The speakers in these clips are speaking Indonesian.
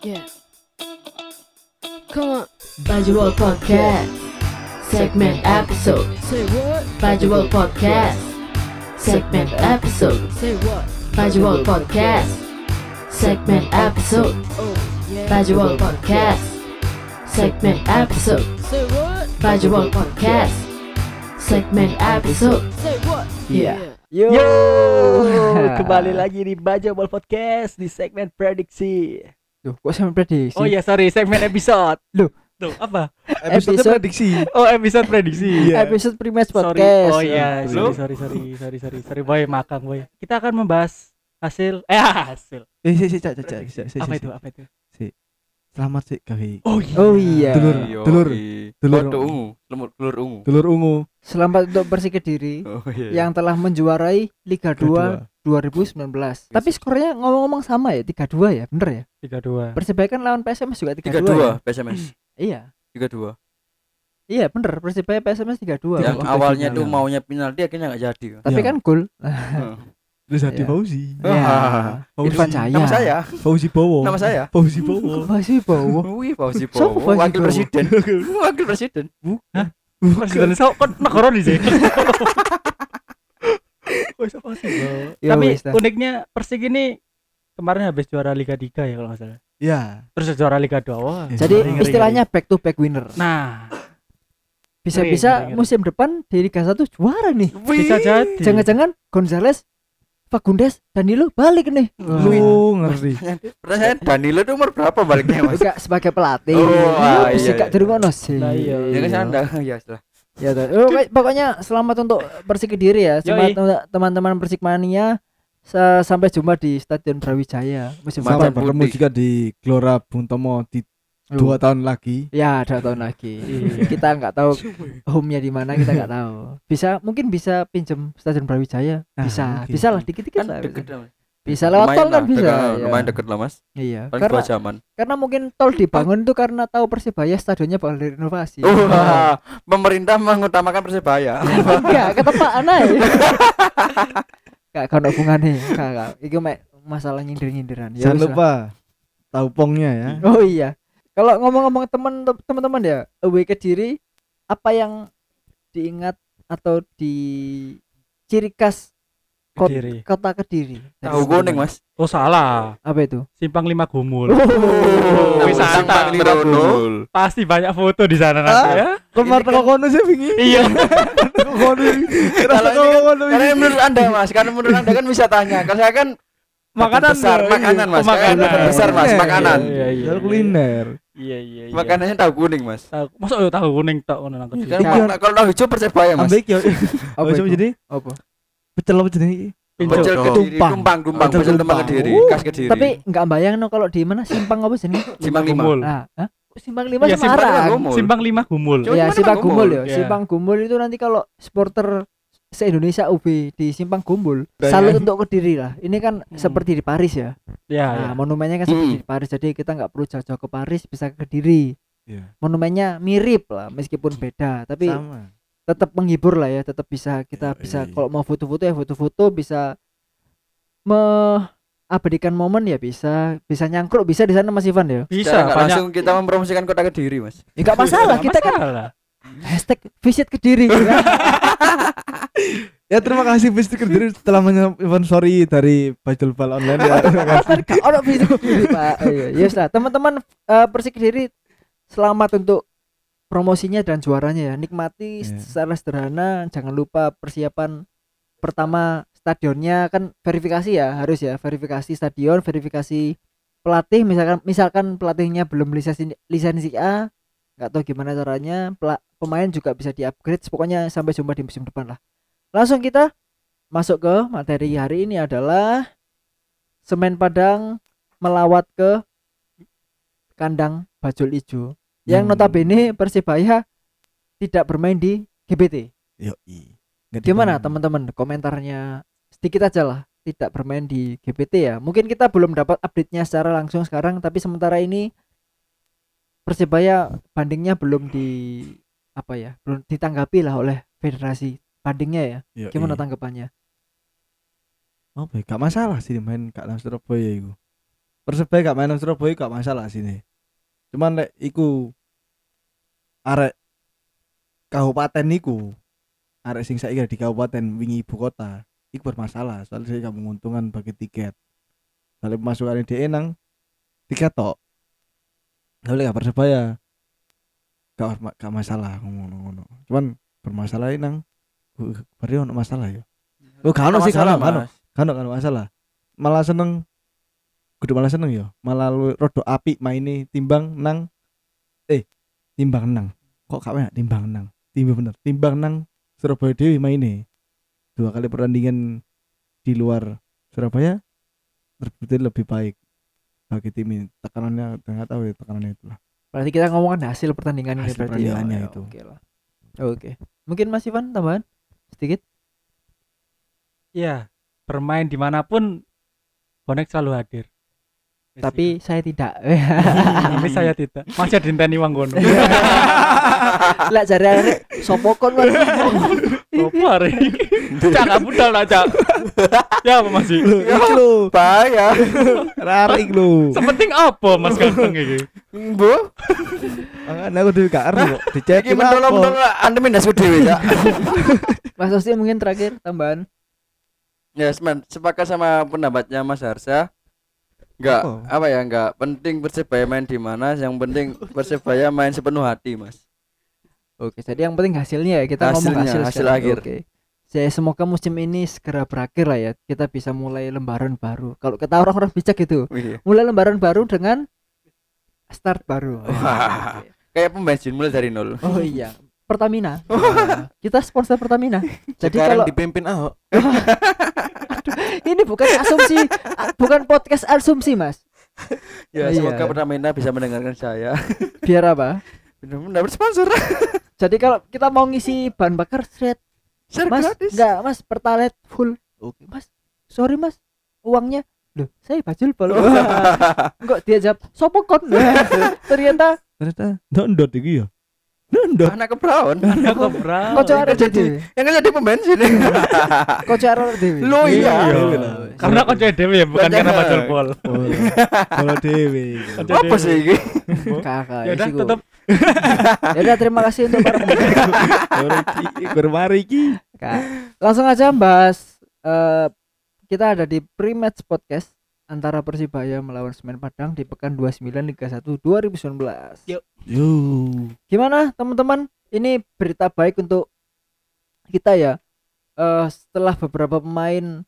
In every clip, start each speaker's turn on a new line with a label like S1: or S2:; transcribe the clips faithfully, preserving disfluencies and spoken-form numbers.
S1: Yeah. Come on. Bajuwal Podcast. Segment episode. Say what? Bajuwal Podcast. Segment episode. Say what? Bajuwal Podcast. Segment episode. Oh, yeah. Bajuwal Podcast. Segment episode. Say what? Bajuwal Podcast. Segment episode. Say what? Yeah.
S2: Yo, kembali lagi di Bajuwal Podcast di segmen prediksi.
S3: Duh, kok segmen prediksi?
S2: Oh ya, sorry, segmen episode.
S3: Loh,
S2: Tuh, apa?
S3: episode,
S4: Episode prediksi.
S2: Oh, episode prediksi.
S4: Iya.
S3: episode Primes
S2: Sorry.
S3: Podcast.
S2: Oh iya,
S4: Lu?
S2: sorry, sorry, sorry, sorry, sorry, sorry, boy, makang boy. Kita akan membahas hasil, eh hasil.
S4: Eh, si, si, cak, cak, cak,
S2: Prediksi.
S4: cak, si,
S2: Apa
S4: si,
S2: itu?
S4: si.
S2: Apa itu?
S4: Selamat sih gawe.
S2: Oh iya.
S3: Oh iya.
S4: Dulur, dulur, dulur.
S5: Foto ungu, lemur dulur ungu.
S4: Dulur ungu.
S3: Selamat untuk Persik Kediri
S5: Oh iya.
S3: yang telah menjuarai Liga dua dua ribu sembilan belas. Tapi skornya ngomong-ngomong sama ya, tiga dua ya, bener ya?
S2: tiga dua.
S3: Persibaya kan lawan P S M S juga tiga
S5: tiga
S3: dua.
S5: dua
S3: Ya?
S5: P S M S.
S3: Iya.
S5: tiga dua.
S3: Iya, bener. Persibaya P S M S tiga dua.
S5: Yang
S4: Tiga-
S5: awalnya
S4: final.
S5: tuh maunya penalti akhirnya enggak jadi.
S3: Tapi
S4: Ya.
S3: kan gol.
S4: Terus Hadi
S3: Iya.
S4: Fauzi.
S3: Ya.
S4: Fauzi.
S3: Irfan Cahaya.
S5: Nama saya.
S4: Fauzi Bowo.
S5: Nama saya.
S4: Fauzi Bowo.
S3: Masih bawa.
S5: Wih, Fauzi
S3: Siapa
S5: Bowo,
S3: Fauzi
S5: wakil
S3: Bowo?
S5: presiden. Wakil presiden.
S2: Presiden so kon negara nih sih. Wes apa sih, Bro?
S3: Ya
S2: Tapi
S3: wes dah.
S2: uniknya Persik ini kemarin habis juara Liga tiga ya kalau nggak salah.
S4: Ya.
S2: Terus juara Liga dua. Wah,
S3: Jadi
S2: ngeri, ngeri,
S3: istilahnya back to back winner.
S2: ngeri. Nah,
S3: Bisa-bisa
S2: ngeri, ngeri.
S3: musim depan di Liga satu juara nih.
S2: bisa jadi.
S3: Jangan-jangan Gonzales, Fagundes, Danilo balik nih.
S4: Lu ngerti.
S5: Pertanyaan Danilo tuh umur berapa baliknya, Mas?
S3: Enggak sebagai pelatih.
S5: Oh, ah,
S3: Bisa
S5: iya,
S3: gak
S5: iya.
S3: dari ngono sih.
S2: Lah, iya.
S5: Ya kan Anda, ya sudah.
S3: Ya toh. Oh, baik, pokoknya selamat untuk Persik Kediri ya. Selamat
S2: Yoi.
S3: untuk teman-teman Persik Mania. Sa- Sampai jumpa di Stadion Brawijaya musim
S4: Sampai
S5: Macan
S3: depan.
S4: bertemu
S5: putih.
S4: juga di Gelora Bung Tomo di dua tahun lagi.
S3: Ya, dua tahun lagi.
S2: Iya.
S3: Kita nggak tahu home-nya di mana, kita nggak tahu. Bisa mungkin bisa pinjem Stadion Brawijaya.
S4: Nah,
S3: Bisa.
S4: mungkin.
S3: Bisa lah dikit-dikit
S5: Kan
S3: lah.
S5: deket
S3: Bisa,
S5: lah.
S3: bisa lewat
S5: Lumayan
S3: tol kan
S5: lah,
S3: bisa.
S5: deket-
S3: ya.
S5: Lumayan deket lah, Mas.
S3: Iya.
S5: Paling
S3: Karena
S5: dua jaman.
S3: karena mungkin tol dibangun tuh karena tahu Persibaya stadionnya bakal direnovasi.
S5: Oh, wah, pemerintah mengutamakan Persebaya.
S3: Enggak, ketepaan aja. Enggak kono hubungane. Enggak, enggak. Iku mek masalah nyindir-nyindiran. Ya
S4: Jangan
S3: wis lah.
S4: lupa tahu pongnya ya.
S3: Oh iya. Kalau ngomong-ngomong teman teman-teman ya, away Kediri apa yang diingat atau di ciri khas kot-
S2: Kediri.
S3: kota Kediri?
S5: Tahu kuning, Mas.
S2: Oh salah.
S3: Apa itu?
S2: Simpang lima Gumul.
S5: Oh,
S2: wisata.
S5: Simpang Lima Gumul.
S2: Pasti banyak foto di sana nanti
S4: Ah.
S2: ya.
S4: Kemarin
S5: kan-
S4: kok kono sih bingi.
S2: Iya.
S4: Kono.
S5: Kalau ini kan, karena menurut Anda, Mas, karena menurut Anda kan wisatanya. Kalau saya kan
S2: Makanan
S5: besar,
S2: ya,
S5: makanan,
S2: iya.
S5: Mas.
S2: Oh, makanan.
S5: Makanan besar, Mas,
S4: Kuliner.
S5: makanan.
S2: Iya, iya,
S4: Jalur
S2: iya.
S4: kuliner.
S2: Iya iya iya.
S5: Makanannya tahu kuning, Mas.
S2: Tahu. Masa yo tahu kuning tok ngono nang Kediri.
S5: Kan ma- kalau tahu hijau Persebaya, Mas.
S4: Ambek yo.
S3: Apa
S4: Oh,
S3: itu?
S4: jadi
S3: Apa?
S4: pecel apa jenenge?
S2: Pincu.
S5: Pecel
S4: Oh.
S5: Kediri,
S4: Tumpang.
S5: tumpang, tumpang,
S4: Pecel
S5: pecel tumpang
S4: tumpang.
S5: Kediri,
S4: Uh,
S5: khas Kediri.
S3: Tapi enggak bayang no kalau di mana Simpang apa sini?
S5: Simpang lima.
S2: Gumul.
S3: Nah, hah? Simpang lima
S2: Iya, Simpang
S3: Semarang.
S5: lima Gumul.
S2: Simpang lima Gumul.
S5: Cuma
S3: Ya,
S5: gimana
S3: Simpang
S5: Bang
S3: Gumul
S5: Gumul?
S3: ya.
S2: Iya.
S3: Simpang Gumul itu nanti kalau supporter se-Indonesia U B di Simpang Gumul
S4: Dan-
S3: salut untuk Kediri lah. Ini kan
S2: Hmm.
S3: seperti di Paris ya.
S2: Ya
S3: Nah,
S2: ya.
S3: monumennya kan seperti
S5: Hmm.
S3: di Paris. Jadi kita nggak perlu jauh-jauh ke Paris, bisa ke Kediri.
S4: Iya.
S3: Monumennya mirip lah meskipun beda, tapi
S4: Sama.
S3: tetap menghibur lah ya. Tetap bisa kita
S4: Yoi.
S3: bisa kalau mau foto-foto ya foto-foto, bisa mengabadikan momen ya bisa, bisa nyangkruk bisa di sana Mas Ivan ya.
S2: Bisa
S5: Secara nggak
S2: banyak.
S5: langsung kita mempromosikan kota Kediri, Mas.
S3: Ya, nggak masalah, kita kan
S2: masalah.
S3: hashtag visit Kediri.
S4: Ya terima kasih Mister Kediri telah menyponsori dari Bajul Bal online ya. Terima kasih.
S3: Kan ono visit Kediri Pak. Iya, yes lah. Teman-teman eh, Persik Kediri selamat untuk promosinya dan juaranya ya. Nikmati
S4: Iya.
S3: secara sederhana, jangan lupa persiapan pertama stadionnya kan verifikasi ya, harus ya, verifikasi stadion, verifikasi pelatih misalkan misalkan pelatihnya belum lisensi lisensi A, nggak tahu gimana caranya, pela- pemain juga bisa di-upgrade. Pokoknya sampai jumpa di musim depan lah. Langsung kita masuk ke materi hari ini adalah Semen Padang melawat ke kandang Bajul Ijo yang
S4: Hmm.
S3: notabene Persibaya tidak bermain di G B T.
S4: Yoi. Nggak
S3: Gimana
S4: dibangun.
S3: teman-teman komentarnya sedikit aja lah, tidak bermain di G B T ya. Mungkin kita belum dapat update-nya secara langsung sekarang, tapi sementara ini Persibaya bandingnya belum di apa ya, belum ditanggapi lah oleh federasi bandingnya ya.
S4: Yoi.
S3: Gimana tanggapannya?
S4: Apa ya? Gak masalah sih main Kak Nam Surabaya itu. Persebaya gak main nang Surabaya gak masalah sini. Cuman lek iku arek kabupaten niku, arek sing saiki di kabupaten wingi ibu kota, iku bermasalah soalnya saya gak menguntungkan bagi tiket. Soalnya pemasukan D E nang tiket tok. Lalu gak Persebaya gak, gak masalah ngono-ngono. Cuman bermasalah nang bari ono masalah ya. Oh gak ono sih gak ono, gak ono. Gak ono gak ono masalah. Malah seneng kudu malah seneng ya. Malah lu rodo apik maine timbang nang eh timbang nang. Kok gak enak timbang nang. Timbang bener. Timbang nang Surabaya dhewe maine. Dua kali pertandingan di luar Surabaya terbukti lebih baik bagi tim ini. Tekanannya enggak tahu ya tekanannya itulah.
S3: Berarti kita ngomongkan hasil pertandingan ini
S4: Hasil
S3: berarti
S4: pertandingannya
S3: ya.
S4: itu.
S3: Oke lah. Oke. Mungkin Mas Ivan tambahan sedikit.
S6: Ya, bermain dimanapun bonek selalu hadir.
S3: Tapi saya tidak.
S6: Ini saya tidak. Masih dinteni wong kono.
S3: Lah jare arek sopo kon Mas?
S6: Opo arek? Cak gak budal lah, Cak. Ya apa masih?
S4: Iki lho,
S5: bahaya.
S4: rarik lho.
S6: Sepenting apa Mas ganteng iki?
S5: Bu,
S4: Makanya aku dhewe gak arep kok dicet.
S5: iki mendolong-mendolong antemin dasku dhewe ya.
S3: Mas Osti mungkin terakhir tambahan.
S5: Ya, semen, sepakat sama pendapatnya Mas Harsa. Enggak,
S4: Oh.
S5: apa ya, enggak penting Persebaya main di mana, yang penting Persebaya main sepenuh hati, Mas.
S3: Oke, jadi yang penting hasilnya ya kita ngomong
S5: Hasilnya,
S3: hasil
S5: hasil
S3: sekarang.
S5: akhir.
S3: Oke. Saya semoga musim ini segera berakhir lah ya. Kita bisa mulai lembaran baru. Kalau kata orang-orang bijak gitu,
S5: Wih,
S3: mulai lembaran baru dengan start baru.
S5: Wah. Kayak pembensin mulai dari nol.
S3: Oh iya, Pertamina. Nah, kita sponsor Pertamina. Jadi
S5: Sekarang
S3: kalau
S5: dipimpin Ahok.
S3: ini bukan asumsi, bukan podcast asumsi, Mas.
S5: Ya,
S3: Iya.
S5: semoga Pertamina bisa mendengarkan saya.
S3: Biar apa?
S5: Benar mendapat sponsor.
S3: Jadi kalau kita mau ngisi bahan bakar straight,
S5: Share
S3: Mas,
S5: gratis.
S3: enggak, Mas, pertalite full. Oke, Mas. Sorry, Mas. Uangnya loh, saya bajul bol. Enggak dia jawab, sopo kon? Ternyata
S4: Ternyata ndot iki ya. Ndot.
S5: Anak kebrawon.
S6: Ya kebrang.
S3: kocok arek
S5: jadi
S3: dhewe.
S5: yang jadi pembensin.
S3: Kocok arek dhewe.
S5: Lo iya.
S6: Karena konco dhewe ya, bukan
S5: Bukan
S6: karena
S5: karena-
S6: bacol bol.
S4: Kalau dewe.
S6: Konco
S5: Apa
S6: dhewe.
S5: sih ini?
S3: Kakak.
S6: Ya udah tetep
S3: Ya udah terima kasih untuk para pendengar.
S4: Bermari iki.
S3: Kak. Langsung aja bahas eh, kita ada di pre-match podcast antara Persibaya melawan Semen Padang di pekan dua puluh sembilan Liga satu dua ribu sembilan belas.
S6: Yuk.
S4: Yo.
S3: Gimana teman-teman? Ini berita baik untuk kita ya. Eh, setelah beberapa pemain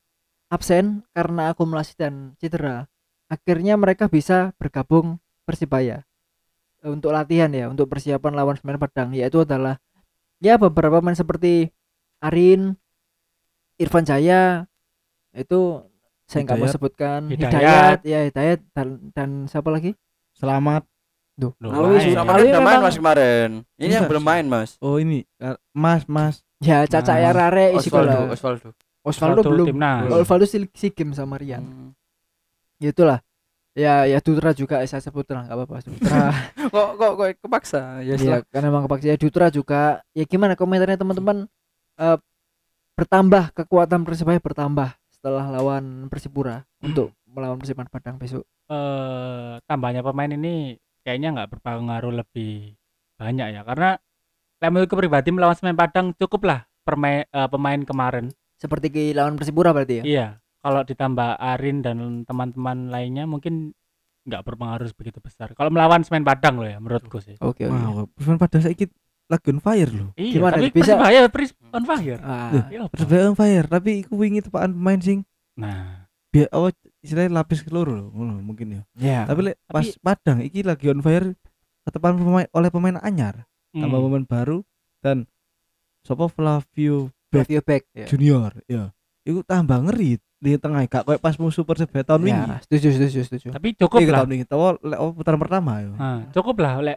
S3: absen karena akumulasi dan cedera, akhirnya mereka bisa bergabung Persibaya eh, untuk latihan ya, untuk persiapan lawan Semen Padang, yaitu adalah ya beberapa pemain seperti Arin, Irfan Jaya, itu saya nggak mau
S4: Hidayat.
S3: sebutkan,
S6: Hidayat.
S3: Hidayat, ya Hidayat dan dan siapa lagi?
S4: Selamat.
S3: Duh,
S6: Loh,
S3: Alwi
S6: main.
S3: sudah
S5: Sama
S3: Alwi
S5: udah main
S3: memang-
S5: Mas kemarin. Ini yang
S4: Enggak.
S5: belum main, Mas.
S4: Oh ini eh, Mas Mas.
S3: ya Caca
S6: Nah,
S3: ya Rare isi
S5: Osvaldo,
S3: bola.
S5: Osvaldo.
S3: Osvaldo
S6: Satu
S3: belum.
S6: timnas.
S3: Osvaldo si, si game sama Rian.
S5: Hmm.
S3: Ya itulah. Ya ya Dutra juga saya sebut lah enggak apa-apa Dutra.
S5: Kok kok kok kepaksa? Ya
S3: ya
S5: setelah
S3: karena memang kepaksa ya Dutra juga. Ya gimana komentarnya teman-teman? Eh, bertambah kekuatan Persibaya bertambah setelah lawan Persipura untuk melawan Persipan Padang besok.
S6: eh tambahnya pemain ini kayaknya nggak berpengaruh lebih banyak ya, karena menurutku pribadi melawan Semen Padang cukuplah permain eh, pemain kemarin.
S3: Seperti ke lawan Persipura berarti ya.
S6: Iya, kalau ditambah Arin dan teman-teman lainnya mungkin nggak berpengaruh begitu besar. Kalau melawan Semen Padang loh ya, menurutku sih.
S3: Oke oke.
S4: Wow, Persibaya pada saiki lagi on fire loh.
S6: Iya,
S3: Gimana,
S6: tapi
S3: bisa-
S6: Persibaya pris on fire.
S3: Ah,
S6: Iya, apa?
S4: Persibaya on fire, tapi iku wingi tepaan pemain sing
S6: Nah,
S4: biar oh istilahnya lapis keloro loh, ngono mungkin ya.
S3: ya.
S4: Tapi lek pas
S6: Tapi-
S4: Padang iki lagi on fire ketepaan pemain oleh pemain anyar, tambah
S6: hmm.
S4: pemain baru dan sopo Flavio Back
S3: Flavio Back ya.
S4: Junior, ya. Iku tambah ngeri di tengah gak kayak pas musuh Persibaya tahun wingi.
S3: Ya, setuju setuju setuju.
S6: tapi cukup
S4: Iya
S6: lah.
S4: tahun wingi, tahu lek oh, putaran pertama ya.
S6: Nah, cukup lah oleh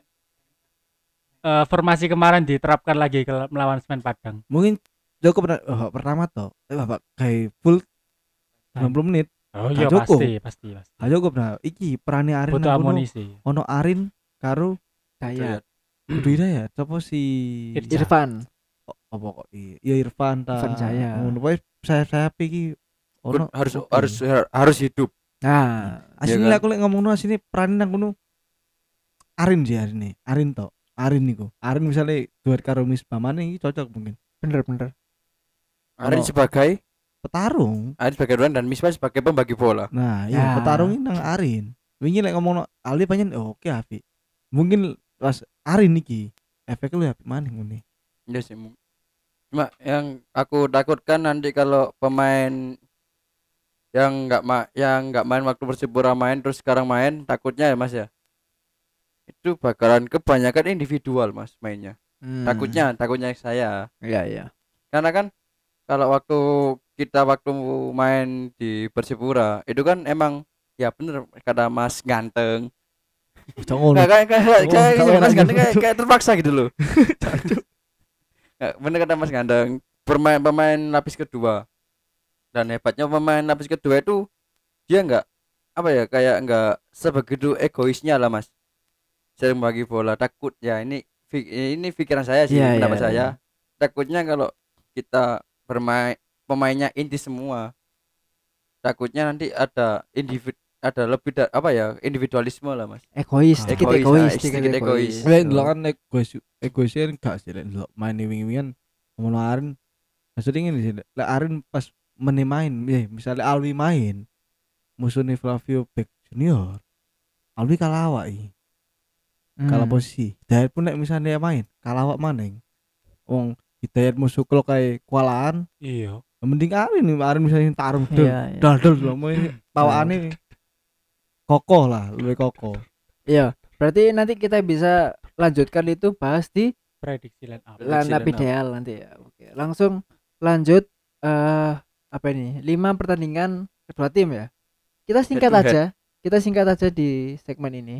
S6: eh, formasi kemarin diterapkan lagi ke melawan Semen Padang.
S4: Mungkin cukup pernah oh, pertama toh. Eh bapak kayak full sembilan puluh menit.
S6: Oh
S4: Gak
S6: iya
S4: cukup.
S6: pasti, pasti, pasti.
S4: Ayo cukup nah iki perane Arin
S6: Butuh
S4: nang kono,
S6: amunisi.
S4: ono Arin karo
S3: Saya
S4: kudu ya coba si
S6: Irja.
S3: Irfan.
S4: Oh, apa kok iya iya, Irfan ta
S3: Irfan Jaya.
S4: ngono wae saya saya iki ono
S5: harus
S4: oke.
S5: harus harus hidup.
S3: Nah,
S4: Asline
S7: Iya kan?
S4: aku lek ngomongno asline peran nang kono Arin sih Arin Arin tok. Arin niku. Arin misalnya duet karo Miss Bamane iki cocok mungkin.
S3: bener-bener.
S7: Arin
S4: Ono
S7: sebagai
S4: petarung.
S7: Arin sebagai ruan dan Misbah sebagai pembagi bola.
S4: Nah,
S3: Ya.
S4: iya petarung ini nang Arin. Wingi lek ngomongno Aldi pancen oh, oke apik. Mungkin pas Arin iki efek lu apik maning ngene.
S7: Iya sih. Mu. Cuma yang aku takutkan nanti kalau pemain yang nggak ma yang nggak main waktu Persipura main terus sekarang main, takutnya ya Mas ya. Itu bakalan kebanyakan individual Mas mainnya.
S3: Hmm.
S7: Takutnya, takutnya saya.
S3: Iya, iya.
S7: Karena kan kalau waktu kita waktu main di Persipura itu kan emang ya bener kata Mas ganteng.
S4: Congol.
S7: Kayak kayak kayak
S4: Oh,
S7: kayak
S4: kau
S7: gitu, Mas
S4: enak
S7: ganteng
S4: gitu.
S7: kayak, kayak terpaksa gitu loh. Nggak, bener kata Mas ganteng. Bermain pemain lapis kedua. Dan hebatnya pemain lapis kedua itu dia nggak apa ya kayak nggak sebegitu egoisnya lah Mas. Sering bagi bola takut ya ini fik- ini pikiran saya sih
S3: Iya,
S7: pendapat
S3: iya,
S7: saya. Takutnya kalau kita bermain pemainnya inti semua. Takutnya nanti ada individu ada lebih da- apa ya individualisme lah Mas.
S3: Egois, sedikit
S7: Egois,
S3: egois,
S7: ah,
S3: sedikit
S7: sedikit
S3: egois.
S7: egois.
S4: Lek ndelok kan egois egois kan gak sih lek ndelok main wingi-wingi kan ngomong Arin. Maksudnya ngene sih lek Arin pas meneh main, eh misalnya Alwi main musuhnya Flavio Beck Junior. Alwi kalah awak iki.
S3: Hmm.
S4: Kalah posisi. Hidayat pun nek misalnya main kalah awak maneng. Wong Hidayat musuh kalau kayak kualaan,
S6: Iya.
S4: mending Arin nih, Arin misalnya tarung dul,
S3: Iya, iya.
S4: dal-dal loh, mau tawaannya kokoh lah, lebih kokoh.
S3: Iya, berarti nanti kita bisa lanjutkan itu bahas di
S6: Prediksi line up.
S3: line up
S7: line up.
S3: ideal nanti ya. Oke, langsung lanjut eh apa ini? lima pertandingan kedua tim ya. Kita singkat
S7: Head to head.
S3: aja. Kita singkat aja di segmen ini.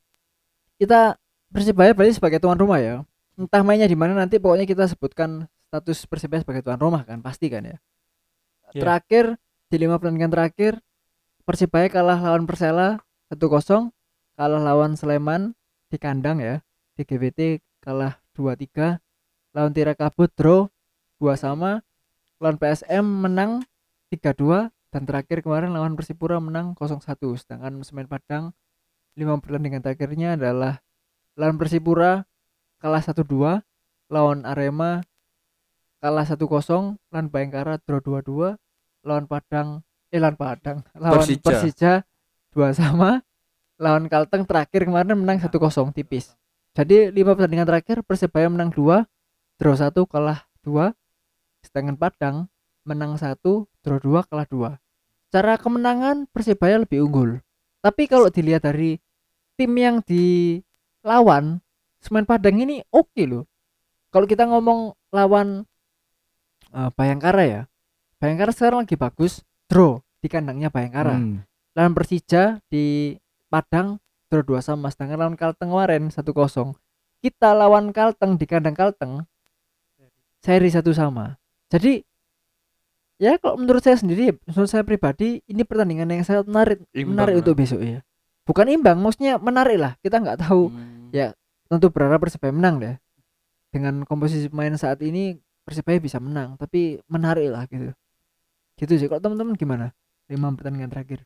S3: Kita Persibaya berarti sebagai tuan rumah ya. Entah mainnya di mana nanti pokoknya kita sebutkan status Persibaya sebagai tuan rumah kan, pasti kan ya.
S6: Iya.
S3: Terakhir di lima pertandingan terakhir Persibaya kalah lawan Persela satu kosong, kalah lawan Sleman di kandang ya. Di G B T kalah dua tiga, lawan Tirakabut draw dua sama, lawan P S M menang tiga dua, dan terakhir kemarin lawan Persipura menang nol satu. Sedangkan Semen Padang lima pertandingan terakhirnya adalah lawan Persipura kalah satu dua, lawan Arema kalah satu kosong, lawan Bayangkara draw dua dua, lawan Padang eh lawan Padang lawan
S7: Persija.
S3: Persija dua sama, lawan Kalteng terakhir kemarin menang satu kosong tipis. Jadi lima pertandingan terakhir Persebaya menang dua, draw satu, kalah dua. Sedangkan Padang menang satu, draw dua, kalah dua. Secara kemenangan Persebaya lebih unggul. Tapi kalau dilihat dari tim yang dilawan, Semen Padang ini oke loh. Kalau kita ngomong lawan uh, Bayangkara ya, Bayangkara sekarang lagi bagus, draw di kandangnya Bayangkara.
S4: Hmm.
S3: Lawan Persija di Padang draw dua sama. Sedangkan lawan Kalteng kemarin satu kosong. Kita lawan Kalteng di kandang Kalteng seri satu sama. Jadi ya kalau menurut saya sendiri, menurut saya pribadi ini pertandingan yang sangat menarik,
S7: Imbang
S3: menarik
S7: lah.
S3: untuk besok ya. Bukan imbang, maksudnya menarik lah. Kita nggak tahu.
S7: Hmm.
S3: Ya tentu berharap Persebaya menang deh. Dengan komposisi pemain saat ini Persebaya bisa menang, tapi menarik lah gitu. Gitu sih. Kalau teman-teman gimana? Lima pertandingan terakhir.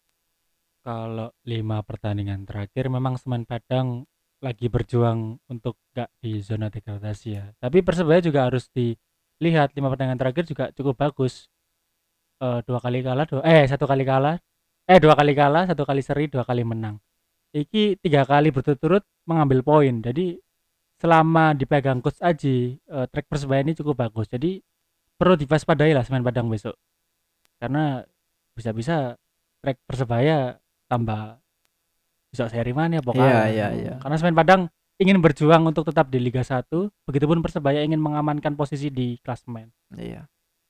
S6: Kalau lima pertandingan terakhir memang Semen Padang lagi berjuang untuk gak di zona degradasi ya. Tapi Persebaya juga harus dilihat lima pertandingan terakhir juga cukup bagus. Eh, dua kali kalah, dua, eh satu kali kalah, eh dua kali kalah, satu kali seri, dua kali menang. Iki tiga kali berturut-turut mengambil poin. Jadi selama dipegang Coach Aji, eh, track Persebaya ini cukup bagus. Jadi perlu diwaspadai lah Semen Padang besok. Karena bisa-bisa track Persebaya tambah bisa seri mana ya pokoknya.
S3: Iya, iya, iya.
S6: Karena Semen Padang ingin berjuang untuk tetap di Liga satu, begitupun Persebaya ingin mengamankan posisi di klasemen.
S3: Iya.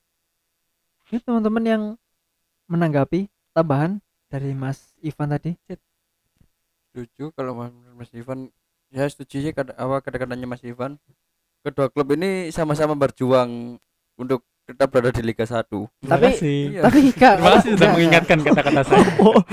S3: Ini teman-teman yang menanggapi tambahan dari Mas Ivan tadi.
S7: Setuju kalau Mas, Mas Ivan, ya setuju sih kata apa kata-katanya Mas Ivan. Kedua klub ini sama-sama berjuang untuk tetap berada di Liga satu.
S6: Terima
S3: Tapi-
S6: kasih.
S7: Iya.
S3: Tapi Kak,
S6: Terima kasih sudah mengingatkan kata-kata saya.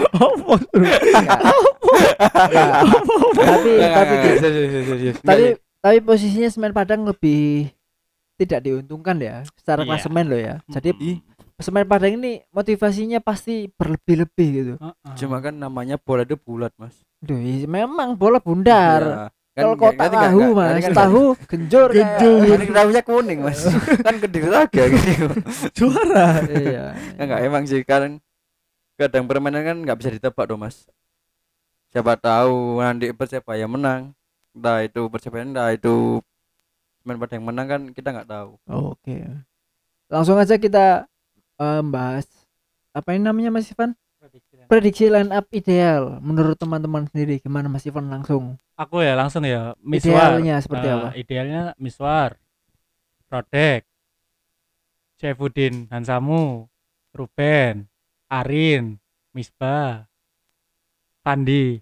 S3: tapi
S7: Nggak,
S3: tapi
S7: nggak, nggak, serius, serius, serius.
S3: tapi
S7: Nggak,
S3: tapi posisinya Semen Padang lebih tidak diuntungkan ya secara
S6: Iya.
S3: klasemen loh ya. Jadi
S6: Mm-mm.
S3: Semen Padang ini motivasinya pasti berlebih-lebih gitu.
S6: Heeh.
S7: Cuma kan namanya bola itu bulat, Mas.
S3: Duh, iya, memang bola bundar.
S7: Iya.
S3: Kalau
S7: Kan
S3: kotak
S7: nggak- nggak-
S3: tahu
S7: nggak-
S3: mas,
S7: kan-
S3: tahu genjor
S4: Genjor.
S3: kayak.
S7: kan tahunya kuning, Mas. Kan kediri raga gitu.
S4: Juara.
S3: Iya.
S7: Enggak emang sih kan kadang permainan kan nggak bisa ditebak dong, Mas. Siapa tahu nanti Persebaya menang. Entah itu Persebaya, entah itu Semen Padang menang kan kita nggak tahu.
S3: Oke. Langsung aja kita eh, bahas apa ini namanya Mas Ivan? Prediksi line up ideal menurut teman-teman sendiri gimana Mas Ivan langsung?
S6: Aku ya langsung ya Miswar.
S3: Idealnya seperti
S6: Eh,
S3: apa?
S6: Idealnya Miswar, Rodek, Saifuddin Hansamu, Ruben, Arin, Misbah, Fandi.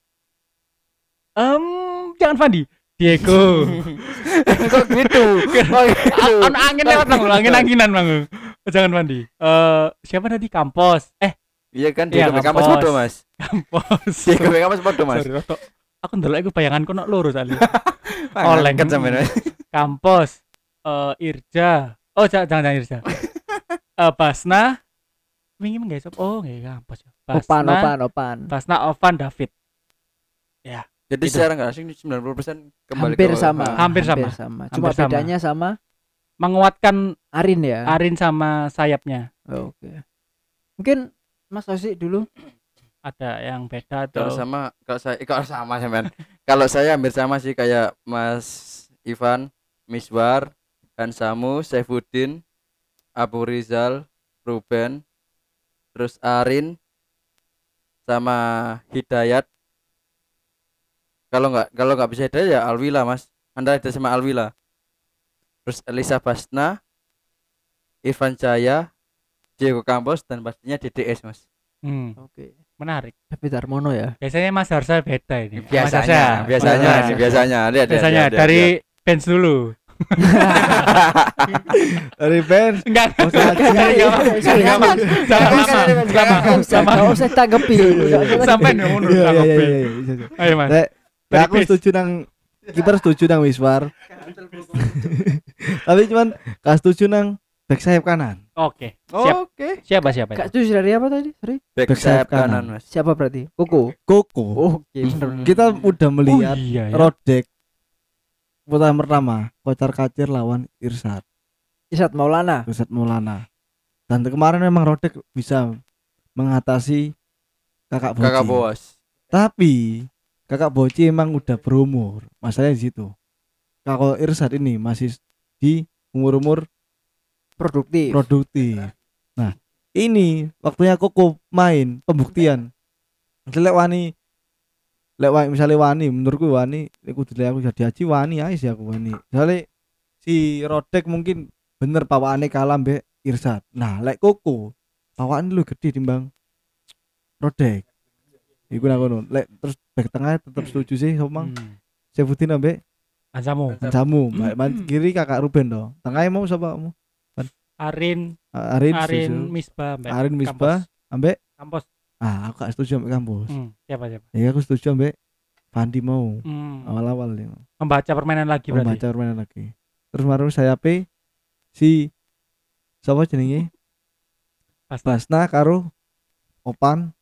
S6: Em, jangan Fandi, Diego.
S7: Kok gitu? Kok gitu?
S6: An angin lewat bang, angin-anginan bang. Jangan Fandi. Eh siapa tadi Kampos? Eh
S7: Iya kan
S6: Iya,
S7: dia ke kampus
S6: Kampos.
S7: foto, Mas.
S6: Kampos.
S7: Dia ke kampus foto, Mas.
S6: Sorry, Roto. Aku ndelok iku bayanganku nok loro tadi.
S7: Oleng
S6: Oleng.
S7: kan sampean.
S6: Kampos, eh Irja. Oh, jangan jangan jangan Irja. Eh Basna. Wingi nggak sop. Oh, nggak Kampos ya.
S3: Opan,
S6: Basna,
S3: opan, opan.
S6: Basna, Ovan, David.
S7: Jadi
S6: Itu.
S7: secara enggak asing sembilan puluh persen kembali
S3: Hampir
S7: ke
S3: sama.
S6: Hampir sama.
S3: Cuma
S6: Hampir sama.
S3: bedanya sama
S6: Menguatkan
S3: Arin ya.
S6: Arin sama sayapnya.
S3: Oke. Mungkin Mas Osi dulu.
S6: Ada yang beda atau
S7: Kalau sama kalau saya eh, kalau sama sampean. Kalau saya hampir sama sih kayak Mas Ivan, Miswar, Hansamu, Saifuddin, Abu Rizal, Ruben, terus Arin sama Hidayat. Kalau nggak kalau nggak bisa Hidayat ya Alwila, Mas. Antara Hidayat sama Alwila. Terus Elisa Basna, Irfan Jaya, Diego Campos dan pastinya D D S, Mas.
S6: Hmm,
S3: Oke.
S6: menarik.
S3: David Darmono ya.
S6: Biasanya Mas Harsa beda ini. Mas
S7: Biasanya,
S6: Harsa.
S7: biasanya,
S6: Mas
S7: ini biasanya. Lihat, lihat,
S6: Biasanya
S7: lihat, lihat,
S6: dari
S7: lihat.
S6: fans dulu.
S4: Dari fans.
S6: Enggak.
S4: Oh, salah.
S6: Sama sama sama sama
S3: Enggak usah tanggapi. Nggak usah
S6: sampai
S3: tanggapi.
S6: nih mundur
S4: Iya iya iya
S6: tanggapi.
S4: iya, iya, iya.
S6: Ayo Mas.
S4: Lek,
S6: Dari
S4: lek aku
S6: fans.
S4: setuju nang kiper setuju nang Wiswar. Tapi cuman gak setuju nang back sayap kanan.
S6: Oke. Siap.
S7: Oke.
S6: Siapa siapa?
S3: Kak
S6: itu?
S3: Jus dari apa tadi? Sorry.
S7: Back
S4: Back sayap
S7: sayap kanan,
S4: kanan.
S7: Mas.
S3: Siapa berarti? Koko.
S4: Koko.
S3: Oke, bener.
S4: Kita udah melihat
S6: Oh, iya, ya.
S4: Rodek putaran pertama kocar kacir lawan Irsat
S3: Isat Maulana.
S4: Irsat Maulana. Dan kemarin memang Rodek bisa mengatasi kakak Boci.
S7: Kakak bos.
S4: Tapi kakak Boci emang udah berumur. Masalahnya di situ. Kalau Irsat ini masih di umur-umur
S3: Produktif.
S4: produktif. Nah, ini waktunya Koko main pembuktian. Lek wani lek wani misalnya wani menurutku wani iku dilek aku jadi haji wani ae sih aku wani. Soale si Rodek mungkin bener pawaane kalah mbek Irsat. Nah, lek Koko pawaane lu gede timbang Rodek. Iku nak ngono. Lek terus back tengah tetap setuju sih Somang.
S6: Hmm.
S4: Saifuddin ambek
S6: Ansamu,
S4: Jamu, man kiri kakak Ruben toh. Tengahnya mau sapa kamu?
S6: Arin,
S4: Arin,
S6: Arin,
S4: setuju.
S6: Misbah, Mbak.
S4: Arin Misbah ambek
S6: Kampos.
S4: ah aku gak setuju ambek kampus.
S6: Hmm, siapa siapa?
S4: Ya aku setuju ambek Fandi mau
S6: Hmm.
S4: awal-awal ya.
S6: Membaca permainan lagi berarti.
S4: Membaca permainan lagi. Terus baru saya P si siapa jenenge?
S6: Basna.
S4: Basna karo Opan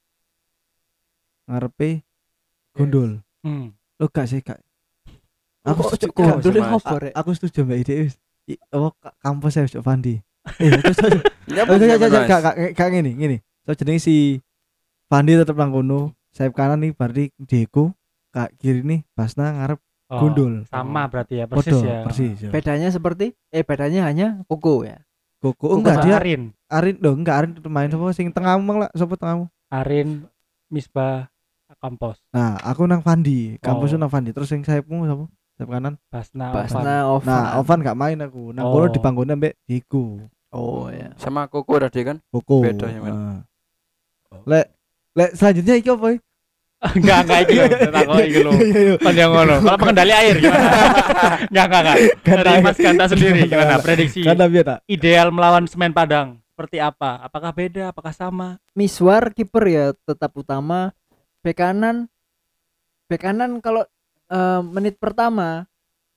S4: ngarepe Gondol.
S6: Hmm.
S4: Lo gak sih kak?
S3: Oh,
S4: Aku setuju.
S3: kok
S4: gak,
S3: Gondol
S7: Mas.
S3: apa, Rek?
S4: a- Aku setuju ambek ide wis. I- Oh ka- kampus saya cok Fandi. Eh terus terus-
S7: Ya,
S4: Oh,
S7: Mas,
S4: iya, iya,
S7: Mas.
S4: iya, kak, kak, kak, ngene, ngene. So jenenge si Fandi tetep nang kono, sayap kanan nih berarti Diego, kak kiri nih Basna ngarep
S6: Oh,
S4: Gundul.
S6: sama berarti ya, persis
S4: Podo,
S6: ya.
S4: persis. Ya.
S3: Bedanya seperti eh bedanya hanya Koko ya.
S4: Koko
S6: Koko
S4: enggak
S6: sama
S4: dia
S6: Arin,
S4: Arin loh, enggak Arin tetep main sapa sing tengahmu mang lah, sapa tengahmu?
S6: Arin, Misbah, Kampos,
S4: Nah, aku nang Fandi, kampus
S6: Oh.
S4: nang Fandi. Terus sing sayapmu sapa? Sayap kanan.
S6: Basna, Ovan.
S3: Basna Ovan.
S4: Nah, Ovan gak main aku. Nang kono
S6: Oh.
S4: dibangun ambek Diego.
S3: Oh ya.
S7: Sama Koko tadi kan.
S4: Koko.
S7: Beda ya, men.
S4: Nah. Lek lek selanjutnya iki apa? iki?
S6: Enggak, enggak iki lho, tak kok iki lho.
S4: Iya, iya.
S6: Kan yang ngono. Kalau pengendali air gimana? Enggak, enggak, enggak. Dari
S4: air.
S6: Mas Ganta sendiri gimana prediksi
S4: Karena biar tak.
S6: ideal melawan Semen Padang seperti apa? Apakah beda? Apakah sama?
S3: Miswar kiper ya tetap utama. Bek kanan bek kanan kalau eh, menit pertama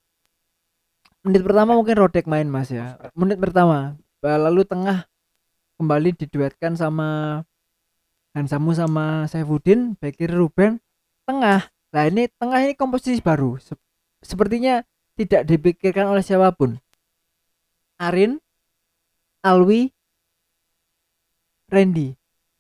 S3: menit pertama mungkin Rodek main Mas ya. Menit pertama. Eh, Lalu tengah kembali diduetkan sama Hansamu sama Saifuddin, back kiri Ruben, tengah. Nah ini tengah ini komposisi baru. Se- sepertinya tidak dipikirkan oleh siapapun. Arin, Alwi, Randy.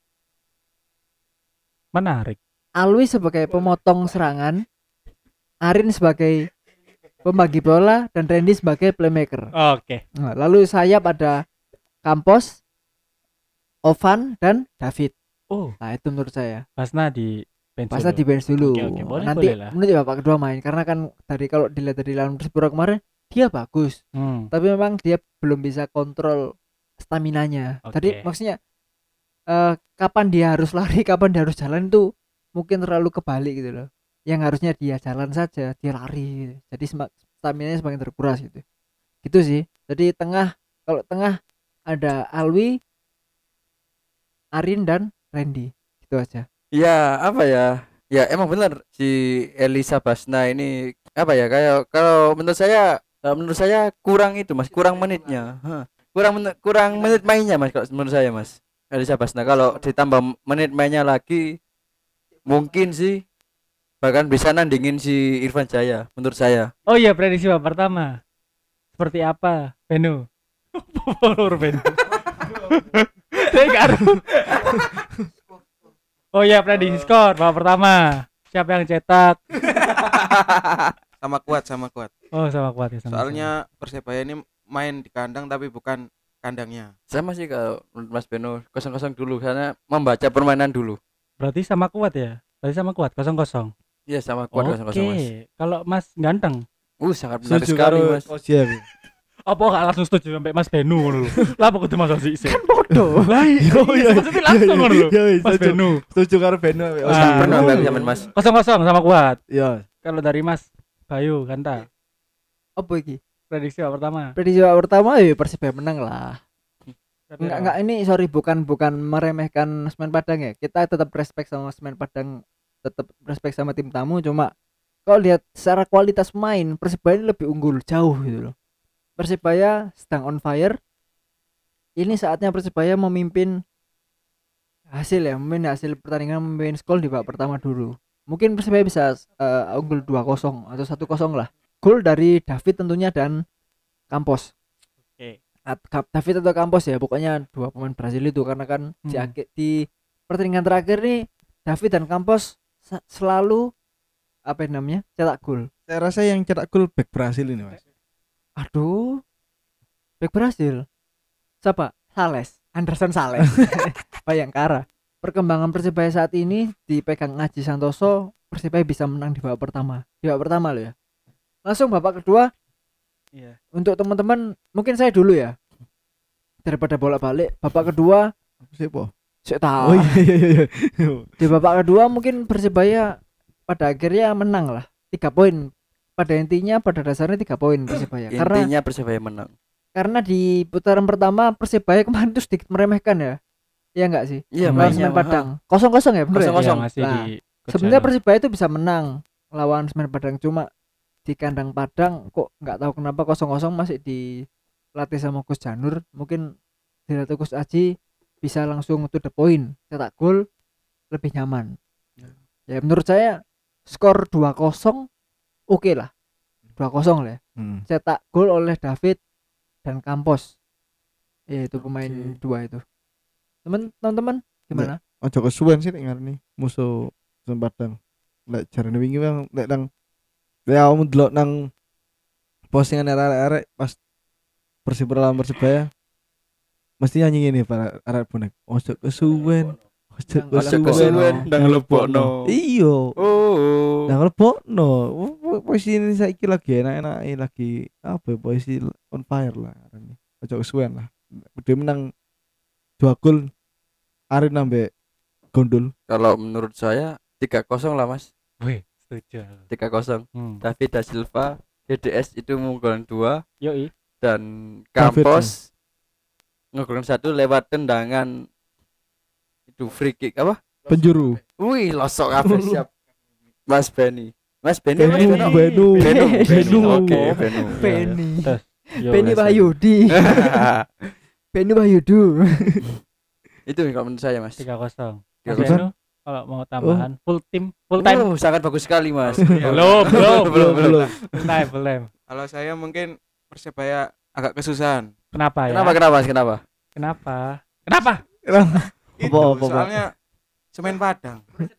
S6: Menarik.
S3: Alwi sebagai pemotong serangan, Arin sebagai pembagi bola, dan Randy sebagai playmaker.
S6: Oke.
S3: Nah, lalu sayap ada Campos, Ovan, dan David.
S6: Oh,
S3: Nah itu menurut saya.
S6: Basna di bench.
S3: Pasnya di
S6: dulu.
S3: bench dulu.
S6: Oke, oke, boleh,
S3: Nanti
S6: boleh lah.
S3: menurut babak kedua main karena kan dari kalau dilihat dari lawan Persipura kemarin dia bagus,
S6: Hmm.
S3: tapi memang dia belum bisa kontrol staminanya.
S6: Oke.
S3: Tadi maksudnya eh, kapan dia harus lari, kapan dia harus jalan itu mungkin terlalu kebalik gitu loh. Yang harusnya dia jalan saja, dia lari gitu. Jadi semak, staminanya semakin terkuras gitu. Gitu sih. Jadi tengah, kalau tengah ada Alwi, Arin, dan Randy. Gitu aja.
S7: Ya apa ya? Ya emang benar si Elisa Basna ini apa ya, kayak kalau menurut saya kalau menurut saya kurang itu Mas, kurang menitnya. Hah. Kurang men- kurang menit mainnya Mas kalau menurut saya Mas. Elisa Basna kalau ditambah menit mainnya lagi mungkin sih bahkan bisa nandingin si Irfan Jaya menurut saya.
S6: Oh iya, prediksi babak pertama. Seperti apa, Beno? Follower Beno. Saya nggak tahu. Oh iya, prediksi skor babak pertama. Siapa yang cetak?
S5: Sama kuat sama kuat.
S6: Oh, sama kuat ya. Sama
S5: Soalnya Persebaya ini main di kandang tapi bukan kandangnya.
S7: Sama sih kalau menurut Mas Beno kosong-kosong dulu karena membaca permainan dulu.
S6: Berarti sama kuat ya? Berarti sama kuat, kosong kosong.
S7: Iya sama kuat kosong-kosong Mas.
S6: Oke, kalau Mas ganteng,
S7: Uh sangat menarik
S4: Setuju
S7: sekali
S4: karo
S7: Mas.
S4: Osier.
S6: apa gak langsung setuju sampai Mas Benu ngono lho. Lah apa kudu Mas Osi sih?
S3: Bodoh.
S6: Lah iya, maksudnya langsung ngono lho. Mas
S4: Setuju.
S6: Benu.
S4: Setuju karo Beno.
S6: Ah.
S7: Sangat pernah
S6: Oh.
S7: banget zaman Mas.
S6: Kosong kosong sama kuat.
S4: Iya.
S6: Kalau dari Mas Bayu Ganta,
S3: Apa iki?
S6: prediksi babak pertama.
S3: Prediksi babak pertama ya Persibaya menang lah.
S6: Tapi
S3: Enggak
S6: apa?
S3: enggak ini sorry bukan bukan meremehkan Semen Padang ya. Kita tetap respect sama Semen Padang, tetap respect sama tim tamu, cuma kalau lihat secara kualitas main Persibaya ini lebih unggul jauh gitu loh. Persibaya sedang on fire. Ini saatnya Persibaya memimpin hasil ya, memimpin hasil pertandingan, memimpin skor di babak pertama dulu. Mungkin Persibaya bisa uh, unggul dua kosong atau satu kosong lah. Gol dari David tentunya dan Campos.
S6: Oke.
S3: At- Kap- David atau Campos ya, pokoknya dua pemain Brasil itu karena kan di,
S6: Hmm.
S3: akhir- di pertandingan terakhir nih David dan Campos sa- selalu apa yang namanya cetak gol.
S4: Saya rasa yang cetak gol back Brasil ini, Mas.
S3: Aduh, back Brasil. Siapa? Sales, Anderson Sales. Bayangkara. Perkembangan Persibaya saat ini dipegang Aji Santoso, Persibaya bisa menang di babak pertama. Di babak pertama loh ya. Langsung babak kedua.
S6: Iya.
S3: Untuk teman-teman, mungkin saya dulu ya. Daripada bolak-balik, babak kedua
S4: Siapa?
S3: saya tahu.
S4: Oh iya iya iya.
S3: Di babak kedua mungkin Persibaya pada akhirnya menang lah. Tiga poin. Pada intinya pada dasarnya tiga poin Persibaya. Karena
S7: Intinya Persebaya menang.
S3: karena di putaran pertama Persibaya kemarin tuh sedikit meremehkan ya. Iya enggak sih?
S7: Iya
S3: Lawan
S7: mainnya
S3: Semen Padang. Kosong-kosong ya, bener ya?
S7: Kosong-kosong.
S6: Iya, masih
S3: Nah,
S6: di Coach
S3: Sebenarnya
S6: Jano.
S3: Persibaya itu bisa menang lawan Semen Padang, cuma di kandang Padang kok nggak tahu kenapa kosong-kosong masih dilatih sama Coach Janur. Mungkin dilatih Coach Aji bisa langsung to the point, cetak gol lebih nyaman. Ya menurut saya skor dua kosong oke lah. dua kosong lah ya.
S4: Hmm.
S3: Cetak gol oleh David dan Campos. Ya itu pemain
S4: Oke.
S3: dua itu. Temen teman-teman gimana?
S4: Ojo kesuwen sih nek ngarani musuh Padang. Lek jarane wingi bang lek nang lek awakmu delok nang postingan arek-arek pas Persipura lawan Persibaya mesti nyanyi ngene para arek bonek. Ojo kesuwen. Ojo
S3: Nang
S7: Ojo
S3: Kesuwen.
S7: kesuwen ndang lebokno.
S4: Iya.
S7: Oh.
S4: Nang lebokno. Posisi ini saiki lagi enak-enak lagi apa ya, posisi on fire lah arane. Ojo kesuwen lah. Udah menang dua gol Arin nambe Gondol.
S7: Kalau menurut saya tiga kosong lah Mas.
S6: Wih, setuju.
S7: tiga kosong.
S6: Hmm.
S7: David da Silva, D D S itu mengunggulkan dua
S6: Yoi.
S7: dan
S4: David,
S7: Campos mengunggulkan satu lewat tendangan itu free kick apa?
S4: Penjuru.
S7: Wih, losok apa siap. Mas Benny. Mas Benny. Mas
S4: Benu,
S7: Beno.
S4: Benu,
S7: Benu.
S4: Benu.
S7: Oke, Benu.
S3: Penny.
S6: Terus, yo,
S3: Penny
S6: Mas.
S3: Wahyudi. Benu Wahyudu.
S7: Itu kalau menurut saya Mas.
S6: tiga kosong.
S7: Tiga
S6: Mas
S7: kosong.
S6: Enu, kalau mau tambahan full tim, full time.
S7: Oh, sangat bagus sekali Mas.
S6: Belum, belum,
S7: belum, belum.
S6: Full time, full time.
S5: Kalau saya mungkin Persebaya agak kesusahan.
S6: Kenapa ya?
S7: Kenapa kenapa Mas? Kenapa?
S6: Kenapa? Kenapa?
S5: Itu
S4: Apa, apa, Pak?
S5: soalnya semen Padang.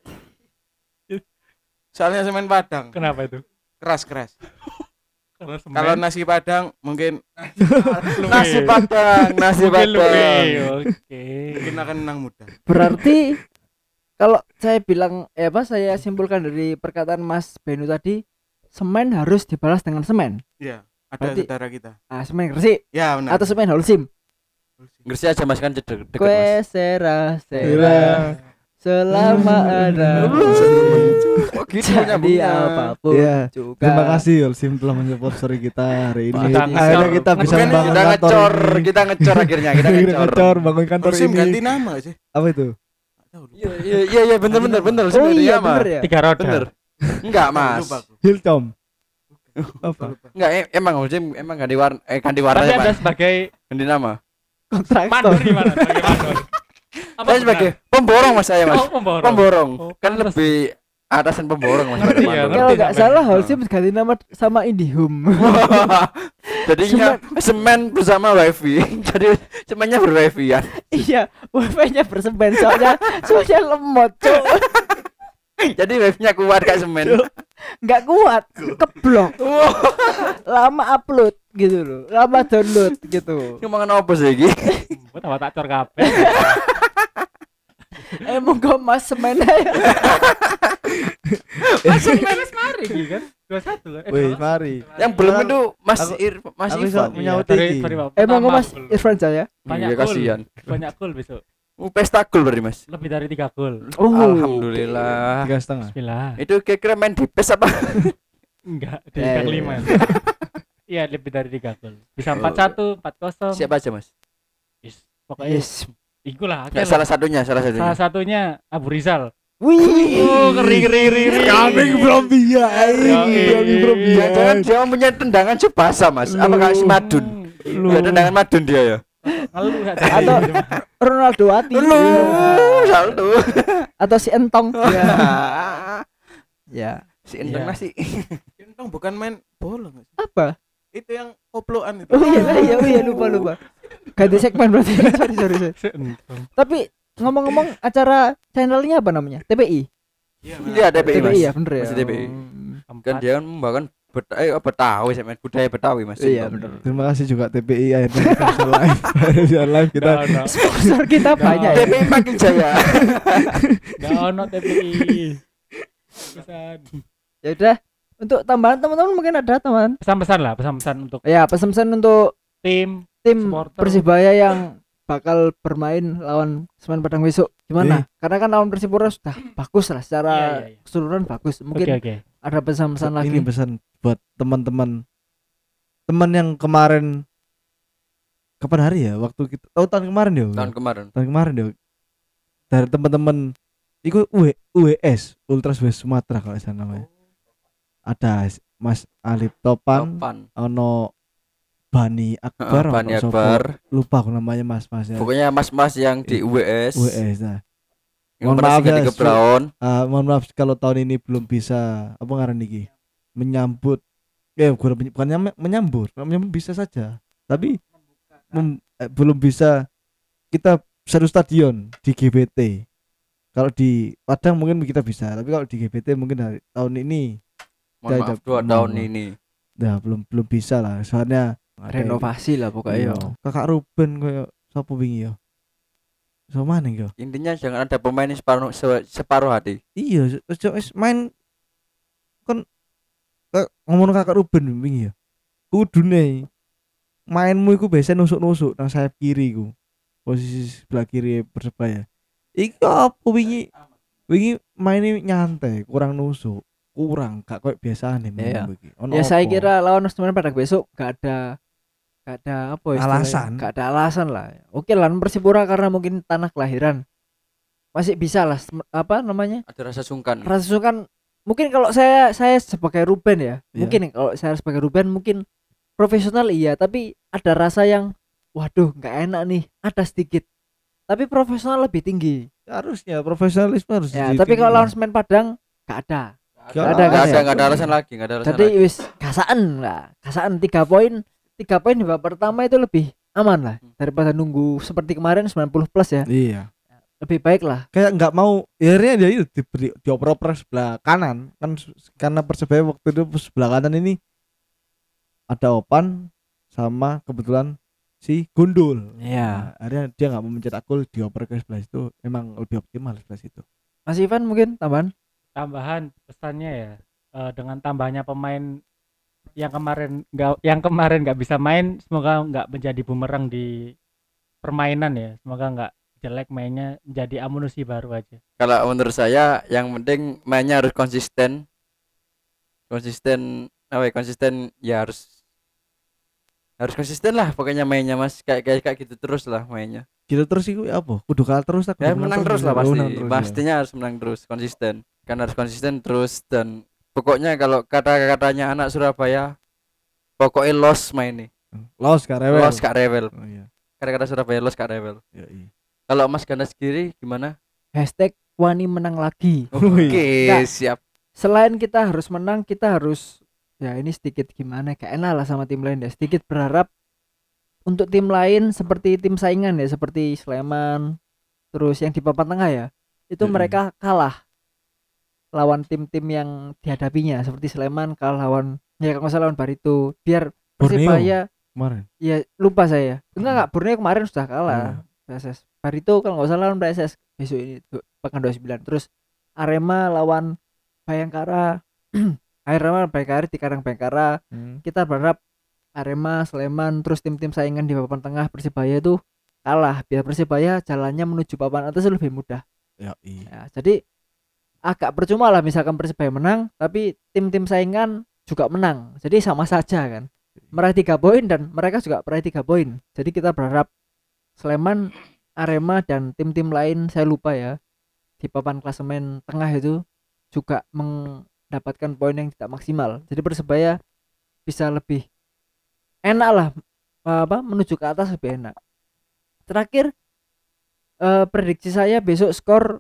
S5: Soalnya semen Padang
S6: Kenapa itu?
S5: keras-keras.
S6: Karena semen.
S5: Kalau nasi Padang mungkin
S7: Nasi Padang, nasi
S6: Mungkin luwe.
S7: Padang.
S6: Oke.
S5: mungkin akan menang mudah.
S3: Berarti kalau saya bilang eh apa saya simpulkan dari perkataan Mas Benu tadi, semen harus dibalas dengan semen.
S5: Iya, ada
S3: Berarti-
S5: saudara kita.
S3: Ah, semen Gresik
S5: Ya benar.
S3: atau semen Holcim.
S7: Gresik aja Mas kan deket deket, Mas.
S3: Kue sera
S4: Sera.
S3: sera selama ada
S7: Oh gitu
S3: jadi
S7: nyambungnya.
S3: apapun
S4: Iya.
S3: juga.
S4: Terima kasih Holcim telah mensponsori kita hari ini.
S6: Kita
S4: Akhirnya
S6: ngecor.
S4: kita bisa
S7: Bukan
S4: membangun
S7: kita
S4: kantor
S7: ngecor,
S4: ini.
S7: kita ngecor akhirnya, kita
S4: Kita
S7: ngecor.
S4: ngecor, bangun kantor
S5: Harusnya
S4: ini.
S5: ganti nama sih.
S4: Apa itu?
S5: Nggak tahu, lupa.
S7: Iya iya iya iya bener bener bener
S3: Oh
S7: sebenarnya
S3: iya
S7: mah.
S3: bener ya.
S6: Tiga roda.
S7: Bener. Enggak Mas.
S5: Lupa aku.
S4: Hilcom.
S5: Lupa,
S4: Apa?
S5: lupa.
S7: Enggak e- emang Holcim emang ganti warna eh ganti warna
S6: Tapi
S7: ya
S6: Anda
S7: Mas.
S6: sebagai
S7: Ganti nama.
S3: Kontraktor.
S6: mandor gimana? Sebagai mandor. Apa
S7: Saya sebagai pemborong Mas saya Mas.
S6: Oh, pemborong.
S7: Pemborong.
S6: Oh,
S7: Kan
S6: pantes.
S7: lebih atasan pemborong Mas.
S6: Ngerti ya,
S7: daripada
S6: ngerti.
S3: Kalau nggak
S6: sampai.
S3: salah Holcim ganti nama sama Indihome.
S7: Jadinya semen bersama wifi. Jadi semennya berwifi ya.
S3: Iya, wifi-nya bersemen soalnya soalnya lemot, Cuk.
S7: Jadi wifi-nya kuat kayak semen.
S3: Nggak kuat, keblok. Lama upload gitu loh, lama download gitu.
S7: Ngomongin apa sih iki?
S6: Gue tambah tak cor kabeh.
S3: Eh monggo Mas semen aja.
S6: Masuk minus mari gitu kan. dua satu kan. Eh,
S4: Wih,
S6: dua-
S4: mari.
S7: Yang belum itu Mas
S4: Aku-
S7: Ir Mas
S4: aku
S7: Ivan.
S4: bisa menyaut
S6: Iya, dari-
S4: iki.
S6: dari babak
S3: Eh monggo
S6: pertama
S3: Mas
S6: gol.
S3: Irfan saya.
S6: Banyak
S7: Iya
S6: gol.
S7: kasihan.
S6: Banyak gol besok.
S7: Oh, pesta gol berarti Mas.
S6: Lebih dari tiga gol.
S3: Oh,
S7: Alhamdulillah.
S4: Tiga setengah.
S6: Bismillah.
S7: Itu kira-kira main di pes apa?
S6: Enggak, di
S3: Eh.
S6: yang kelima. Iya, lebih dari tiga gol. Bisa empat satu, empat kosong.
S7: Siapa aja Mas?
S6: Is, pokoknya
S3: Yes.
S6: ikulah.
S7: Nggak,
S6: oke
S7: salah
S6: lah.
S7: satunya, salah satunya.
S6: Salah satunya Abu Rizal.
S3: Wih.
S6: Oh, ngeri ngeri ngeri. ngeri.
S4: Coming from behind.
S6: Yoi.
S4: Coming from
S7: Jangan
S4: behind.
S7: dia punya tendangan Subasa Mas. Apa kayak si Madun?
S6: Lu
S7: Ya tendangan Madun dia ya.
S6: ngeluh nggak
S3: Atau
S6: jadi.
S3: Ronaldo Ati.
S7: Lu saldo.
S3: Atau si Entong. Ya. Ya.
S7: Si Enteng
S6: Iya.
S7: masih.
S5: Entong bukan main bola Mas.
S3: Apa?
S5: Itu yang koploan itu.
S3: Oh iya lah, iya, oh iya lupa lupa. Ganti segmen berarti. sorry sorry sorry.
S6: Seentong.
S3: Tapi ngomong-ngomong acara channelnya apa namanya? T P I.
S5: Iya,
S7: Iya T P I
S3: T P I
S7: Mas.
S3: ya bener ya.
S7: Masih T P I.
S3: Hmm.
S7: Kan
S6: Empat.
S7: dia kan membawakan bet- eh, Betawi saya main budaya Betawi Mas.
S3: Iya
S7: Entong.
S3: bener.
S4: Terima kasih juga T P I akhirnya kita bisa live. Akhirnya bisa live kita.
S6: Nggak ono.
S3: Sponsor kita banyak
S7: T
S3: ya.
S7: P I Makin Jaya.
S6: Nggak ono T P I. Pesan.
S3: Ya udah. Untuk tambahan teman-teman mungkin ada teman.
S6: Pesan-pesan lah, pesan-pesan untuk
S3: Ya pesan-pesan untuk
S6: tim.
S3: tim
S6: Supporter.
S3: Persibaya yang bakal bermain lawan Semen Padang besok gimana? Karena kan lawan Persipura sudah bagus lah secara
S6: Iya, iya, iya.
S3: keseluruhan bagus. Mungkin
S6: Oke oke.
S3: ada pesan-pesan lagi.
S4: Ini pesan buat teman-teman teman yang kemarin kapan hari ya waktu kita oh tahun kemarin ya
S7: Tahun kemarin.
S4: tahun kemarin ya dari teman-teman itu U W S Ultras West Sumatera kalau saya namanya ada Mas Alip Topan,
S7: Topan.
S4: ono Bani Akbar,
S7: Heeh, Bani
S4: ono sopo,
S7: Akbar.
S4: lupa aku namanya Mas Mas ya.
S7: Pokoknya mas-mas yang di U W S.
S4: U W S nah.
S7: Yang
S4: Mohon
S7: pernah
S4: maaf
S7: singgah
S4: ya,
S7: di
S4: Su-
S7: Kebraon.
S4: Ah, mohon maaf kalau tahun ini belum bisa apa ngaran niki menyambut eh bukan menye- bukannya me- menyambut kalau menyambut bisa saja tapi mem- eh, belum bisa kita satu stadion di G B T kalau di Padang mungkin kita bisa tapi kalau di G B T mungkin hari, tahun ini
S7: Mohon
S4: Tidak,
S7: maaf
S4: tidak.
S7: dua
S4: Mohon
S7: tahun
S4: maaf.
S7: ini.
S4: nah belum belum bisa lah soalnya ada
S3: Renovasi lah
S4: ini.
S3: pokoknya.
S4: Iya. Kakak Ruben koyo sapa wingi ya sama mana yo
S7: Intinya jangan ada pemain yang separuh se- separuh hati.
S4: iya ojo wis main kan kak- ngomong kakak Ruben wingi ya kudune mainmu iku biasa nusuk-nusuk nang sayap kiri ku posisi sebelah kiri Persebaya iki apa wingi wingi mainnya nyantai kurang nusuk kurang gak koyo biasane
S3: Iya.
S4: main iki Ono
S3: Ya saya
S4: apa?
S3: kira lawan Semen Padang besok gak ada gak ada apa istilahnya,
S4: Alasan.
S3: gak ada alasan lah. Oke lah Persipura karena mungkin tanah kelahiran masih bisa lah sem- apa namanya
S7: Ada rasa sungkan.
S3: rasa sungkan mungkin kalau saya saya sebagai Ruben ya
S4: Iya.
S3: mungkin kalau saya sebagai Ruben mungkin profesional iya tapi ada rasa yang waduh nggak enak nih, ada sedikit. Tapi profesional lebih tinggi.
S4: Harusnya profesionalisme harus
S3: Ya,
S4: ditinggi.
S3: tapi kalau lawan semen Padang nggak ada.
S4: Nggak
S3: ada,
S7: Nggak
S3: kan
S7: ada,
S3: ya?
S7: nggak ada alasan lagi, nggak ada alasan
S3: Jadi
S7: lagi.
S3: wis gasaan lah, gasaan tiga poin, tiga poin di babak pertama itu lebih aman lah daripada nunggu seperti kemarin sembilan puluh plus ya.
S4: Iya.
S3: Lebih baik lah.
S4: Kayak nggak mau, ya akhirnya dia itu diberi dioper-oper sebelah kanan kan, karena Persebaya waktu itu sebelah kanan ini ada Opan sama kebetulan si Gundul.
S3: Iya.
S4: Nah, akhirnya dia nggak mau mencetak gol, dioper ke sebelah situ, emang lebih optimal sebelah situ.
S3: Mas Ivan mungkin tambahan?
S6: Tambahan pesannya ya, eh, dengan tambahnya pemain yang kemarin nggak yang kemarin nggak bisa main, semoga nggak menjadi bumerang di permainan ya, semoga nggak jelek mainnya, jadi amunisi baru aja.
S7: Kalau menurut saya yang penting mainnya harus konsisten. Konsisten apa ya, konsisten ya harus harus konsisten lah pokoknya mainnya Mas, kayak kayak kayak gitu terus lah mainnya.
S4: Gitu terus sih apa? Kudu kalah terus tak?
S7: Ya
S4: Kudu
S7: menang terus lah
S4: ya.
S7: pasti.
S4: Menang terus, ya.
S7: Pastinya harus menang terus, konsisten. Kan harus konsisten terus, dan pokoknya kalau kata-katanya anak Surabaya, pokoknya los main nih.
S4: Los kak rewel.
S7: Los kak rewel.
S4: Oh, iya.
S7: Kata-kata Surabaya los kak rewel.
S4: Ya, iya.
S7: Kalau Mas Ganda sendiri gimana?
S3: Hashtag wani menang lagi.
S7: Oke,
S3: Nggak.
S7: siap.
S3: Selain kita harus menang, kita harus ya ini sedikit gimana, kayak enak lah sama tim lain ya. Sedikit berharap untuk tim lain seperti tim saingan ya, seperti Sleman, terus yang di papan tengah ya, itu
S4: Mm-mm.
S3: mereka kalah lawan tim-tim yang dihadapinya, seperti Sleman kalah lawan ya kalau nggak salah lawan Barito, biar
S4: Borneo
S3: Persibaya
S4: kemarin.
S3: ya lupa saya enggak enggak Borneo kemarin sudah kalah P S S. Barito kalau nggak salah lawan P S S besok ini du- pekan dua puluh sembilan. Terus Arema lawan Bayangkara Arema Bayangkara di kandang Bayangkara.
S4: Hmm.
S3: Kita berharap Arema, Sleman, terus tim-tim saingan di papan tengah Persibaya itu kalah, biar Persibaya jalannya menuju papan atas lebih mudah
S4: Ya, iya.
S3: ya. Jadi agak percuma lah misalkan Persibaya menang tapi tim-tim saingan juga menang, jadi sama saja kan, meraih tiga poin dan mereka juga meraih tiga poin. Jadi kita berharap Sleman, Arema dan tim-tim lain saya lupa ya di papan klasemen tengah itu juga mendapatkan poin yang tidak maksimal. Jadi Persebaya bisa lebih enak lah, apa menuju ke atas lebih enak. Terakhir eh, prediksi saya besok skor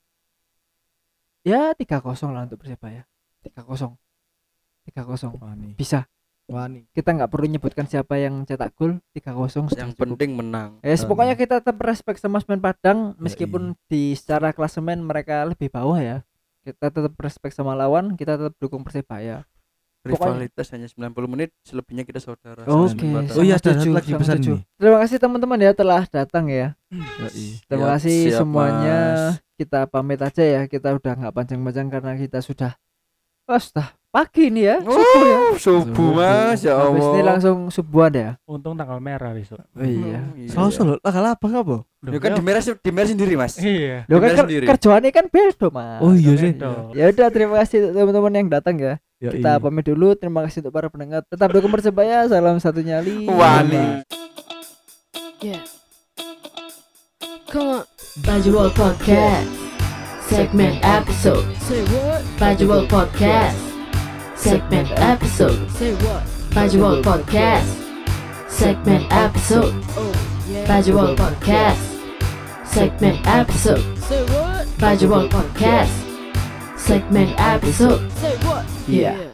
S3: ya tiga kosong lah untuk Persebaya. tiga kosong tiga kosong
S4: Wani.
S3: bisa.
S4: Wani.
S3: Kita nggak perlu nyebutkan siapa yang cetak gol, tiga kosong sudah
S7: Yang
S3: cukup.
S7: penting menang.
S3: Eh,
S4: Hmm.
S3: pokoknya kita tetap respect sama Semen Padang
S4: Ya,
S3: meskipun di secara klasemen mereka lebih bawah ya. Kita tetap respect sama lawan, kita tetap dukung Persebaya. Pokoknya-
S7: Rivalitas hanya sembilan puluh menit, selebihnya kita saudara.
S3: Oke.
S7: Semen Padang.
S4: Oh iya,
S3: sangat
S4: ada
S3: setuju,
S4: satu lagi
S3: sangat
S4: pesan
S3: setuju.
S4: nih.
S3: Terima kasih teman-teman ya telah datang ya.
S4: Ya, iya.
S3: Terima
S7: Siap,
S3: kasih
S7: siap,
S3: semuanya.
S7: Mas.
S3: Kita pamit aja ya. Kita udah nggak panjang-panjang karena kita sudah oh, sudah pagi nih ya. Subuh ya.
S7: Oh, subuh Mas, ya
S3: Habis
S7: Allah.
S3: ini langsung subuhan ya.
S6: Untung tanggal merah besok.
S3: Oh, iya.
S4: Selalu selalu lah kalah apa apa?
S7: Ya kan dimerah dimerah sendiri Mas.
S6: Iya.
S3: Lo kan
S7: Bener
S3: ker-
S7: sendiri.
S3: kerjaannya kan beda mas.
S4: Oh iya sih.
S6: Betul.
S3: Ya udah terima kasih untuk teman-teman yang datang ya.
S4: Ya,
S3: Kita
S4: iya.
S3: pamit dulu. Terima kasih untuk para pendengar. Tetap dukung Persebaya. Salam satu nyali.
S7: Wani.
S1: Yeah. Come on. Bajul Podcast. Segment episode. Say what? Bajul Podcast. Segment episode. Say what? Bajul Podcast. Segment episode. Oh, yeah. Bajul Podcast. Segment episode. Say what? Bajul Podcast. Segment episode. Say what? Yeah.